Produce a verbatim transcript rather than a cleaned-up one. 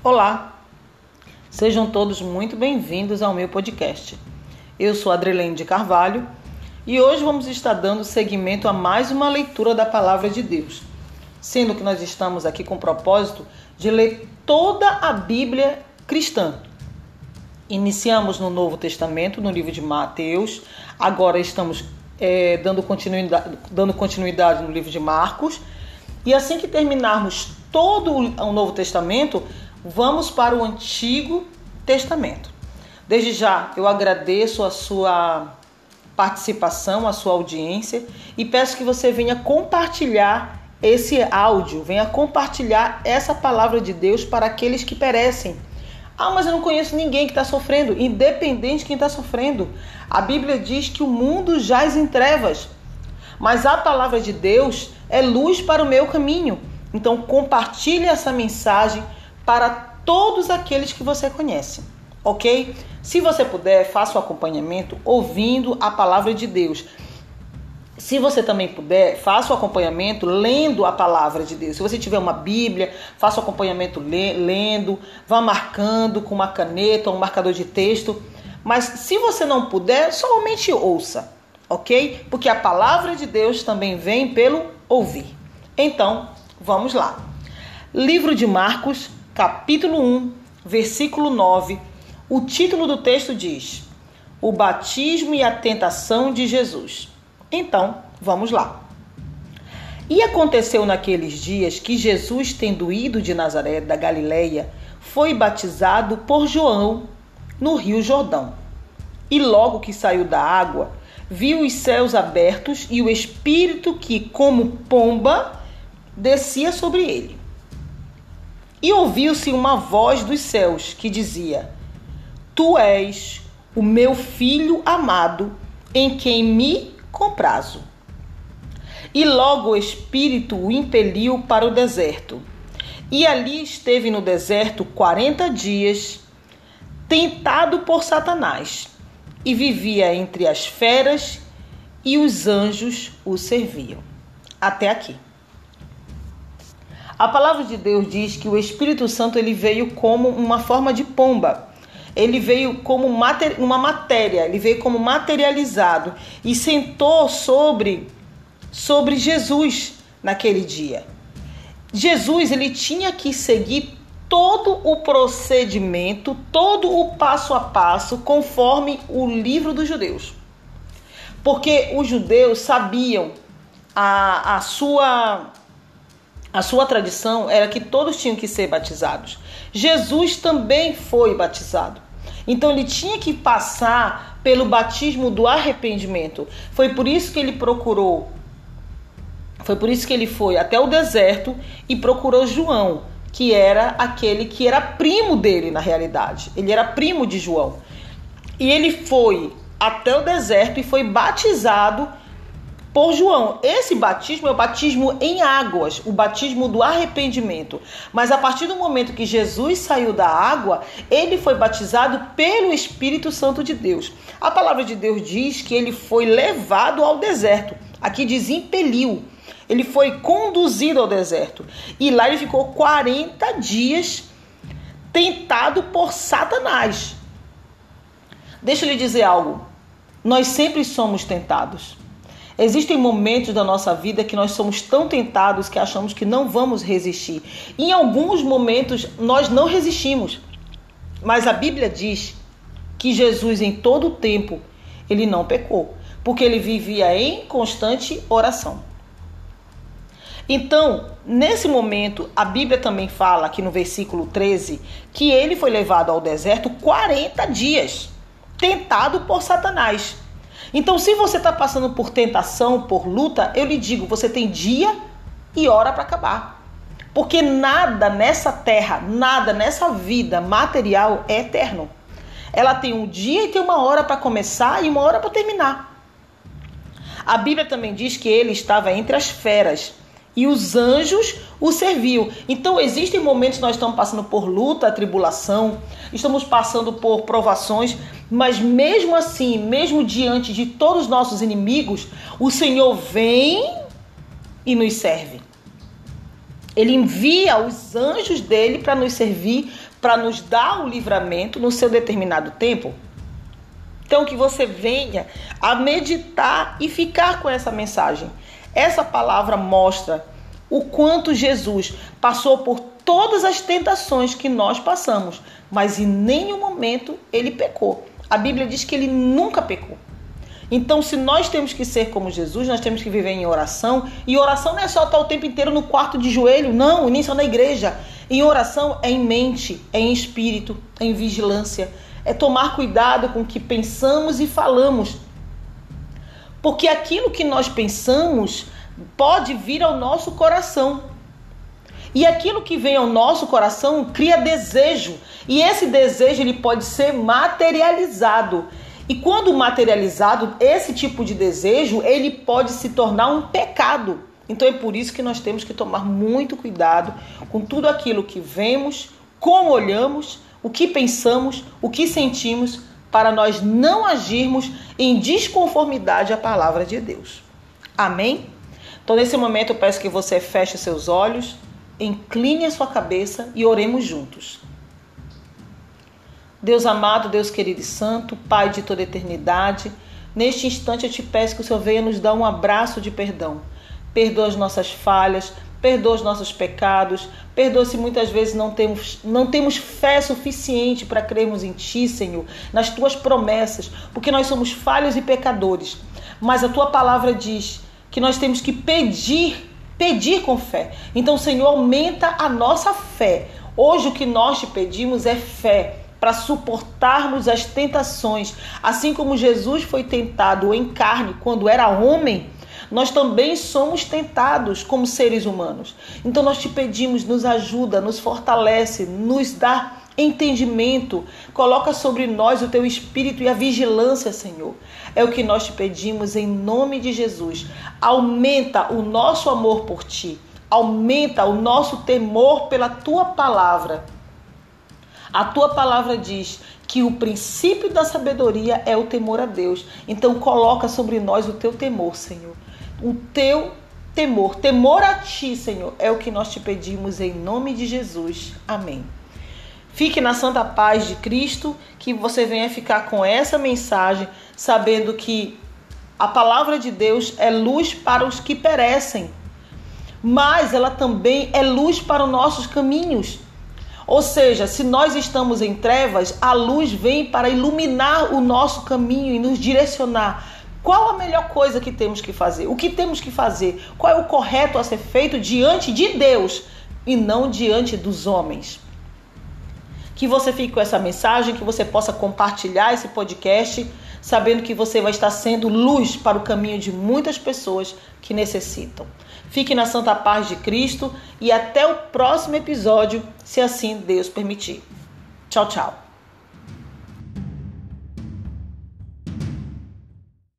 Olá, sejam todos muito bem-vindos ao meu podcast. Eu sou Adrelene de Carvalho e hoje vamos estar dando seguimento a mais uma leitura da Palavra de Deus, sendo que nós estamos aqui com o propósito de ler toda a Bíblia cristã. Iniciamos no Novo Testamento, no livro de Mateus, agora estamos é, dando, continuidade, dando continuidade no livro de Marcos, e assim que terminarmos todo o Novo Testamento, vamos para o Antigo Testamento. Desde já, eu agradeço a sua participação, a sua audiência e peço que você venha compartilhar esse áudio, venha compartilhar essa palavra de Deus para aqueles que perecem. Ah, mas eu não conheço ninguém que está sofrendo. Independente de quem está sofrendo. A Bíblia diz que o mundo jaz em trevas, mas a palavra de Deus é luz para o meu caminho. Então compartilhe essa mensagem para todos aqueles que você conhece, ok? Se você puder, faça o acompanhamento ouvindo a palavra de Deus. Se você também puder, faça o acompanhamento lendo a palavra de Deus. Se você tiver uma Bíblia, faça o acompanhamento lendo, vá marcando com uma caneta ou um marcador de texto. Mas se você não puder, somente ouça, ok? Porque a palavra de Deus também vem pelo ouvir. Então, vamos lá. Livro de Marcos, capítulo um, versículo nove. O título do texto diz: O batismo e a tentação de Jesus. Então, vamos lá. E aconteceu naqueles dias que Jesus, tendo ido de Nazaré da Galileia, foi batizado por João no rio Jordão. E logo que saiu da água, viu os céus abertos e o Espírito que, como pomba, descia sobre ele. E ouviu-se uma voz dos céus que dizia: Tu és o meu filho amado, em quem me comprazo. E logo o Espírito o impeliu para o deserto. E ali esteve no deserto quarenta dias, tentado por Satanás, e vivia entre as feras, e os anjos o serviam. Até aqui. A palavra de Deus diz que o Espírito Santo ele veio como uma forma de pomba. Ele veio como uma matéria, ele veio como materializado e sentou sobre, sobre Jesus naquele dia. Jesus ele tinha que seguir todo o procedimento, todo o passo a passo, conforme o livro dos judeus. Porque os judeus sabiam a, a sua... A sua tradição era que todos tinham que ser batizados. Jesus também foi batizado. Então ele tinha que passar pelo batismo do arrependimento. Foi por isso que ele procurou, foi por isso que ele foi até o deserto e procurou João, que era aquele que era primo dele na realidade. Ele era primo de João. E ele foi até o deserto e foi batizado por João. Esse batismo é o batismo em águas, o batismo do arrependimento. Mas a partir do momento que Jesus saiu da água, ele foi batizado pelo Espírito Santo de Deus. A palavra de Deus diz que ele foi levado ao deserto. Aqui diz impeliu. Ele foi conduzido ao deserto. E lá ele ficou quarenta dias tentado por Satanás. Deixa eu lhe dizer algo. Nós sempre somos tentados. Existem momentos da nossa vida que nós somos tão tentados que achamos que não vamos resistir. Em alguns momentos nós não resistimos. Mas a Bíblia diz que Jesus em todo o tempo ele não pecou, porque ele vivia em constante oração. Então, nesse momento, a Bíblia também fala aqui no versículo treze que ele foi levado ao deserto quarenta dias, tentado por Satanás. Então, se você está passando por tentação, por luta, eu lhe digo, você tem dia e hora para acabar. Porque nada nessa terra, nada nessa vida material é eterno. Ela tem um dia e tem uma hora para começar e uma hora para terminar. A Bíblia também diz que ele estava entre as feras e os anjos o serviam. Então, existem momentos que nós estamos passando por luta, tribulação, estamos passando por provações, mas mesmo assim, mesmo diante de todos os nossos inimigos, o Senhor vem e nos serve. Ele envia os anjos dele para nos servir, para nos dar o livramento no seu determinado tempo. Então que você venha a meditar e ficar com essa mensagem. Essa palavra mostra o quanto Jesus passou por todas as tentações que nós passamos, mas em nenhum momento ele pecou. A Bíblia diz que ele nunca pecou. Então, se nós temos que ser como Jesus, nós temos que viver em oração. E oração não é só estar o tempo inteiro no quarto de joelho, não, nem só na igreja. Em oração é em mente, é em espírito, é em vigilância. É tomar cuidado com o que pensamos e falamos. Porque aquilo que nós pensamos pode vir ao nosso coração. E aquilo que vem ao nosso coração cria desejo. E esse desejo ele pode ser materializado. E quando materializado, esse tipo de desejo, ele pode se tornar um pecado. Então é por isso que nós temos que tomar muito cuidado com tudo aquilo que vemos, como olhamos, o que pensamos, o que sentimos, para nós não agirmos em desconformidade à palavra de Deus. Amém? Então nesse momento eu peço que você feche seus olhos, incline a sua cabeça e oremos juntos. Deus amado, Deus querido e santo, Pai de toda a eternidade, neste instante eu te peço que o Senhor venha nos dar um abraço de perdão. Perdoa as nossas falhas, perdoa os nossos pecados, perdoa se muitas vezes não temos, não temos fé suficiente para crermos em Ti, Senhor, nas Tuas promessas, porque nós somos falhos e pecadores. Mas a Tua palavra diz que nós temos que pedir, pedir com fé. Então, Senhor, aumenta a nossa fé. Hoje o que nós te pedimos é fé, para suportarmos as tentações. Assim como Jesus foi tentado em carne quando era homem, nós também somos tentados como seres humanos. Então nós te pedimos, nos ajuda, nos fortalece, nos dá entendimento, coloca sobre nós o teu espírito e a vigilância, Senhor. É o que nós te pedimos em nome de Jesus. Aumenta o nosso amor por ti, aumenta o nosso temor pela tua palavra. A tua palavra diz que o princípio da sabedoria é o temor a Deus. Então coloca sobre nós o teu temor, Senhor. O teu temor. Temor a ti, Senhor, é o que nós te pedimos em nome de Jesus. Amém. Fique na santa paz de Cristo, que você venha ficar com essa mensagem, sabendo que a palavra de Deus é luz para os que perecem, mas ela também é luz para os nossos caminhos. Ou seja, se nós estamos em trevas, a luz vem para iluminar o nosso caminho e nos direcionar. Qual a melhor coisa que temos que fazer? O que temos que fazer? Qual é o correto a ser feito diante de Deus e não diante dos homens? Que você fique com essa mensagem, que você possa compartilhar esse podcast, sabendo que você vai estar sendo luz para o caminho de muitas pessoas que necessitam. Fique na santa paz de Cristo e até o próximo episódio, se assim Deus permitir. Tchau, tchau.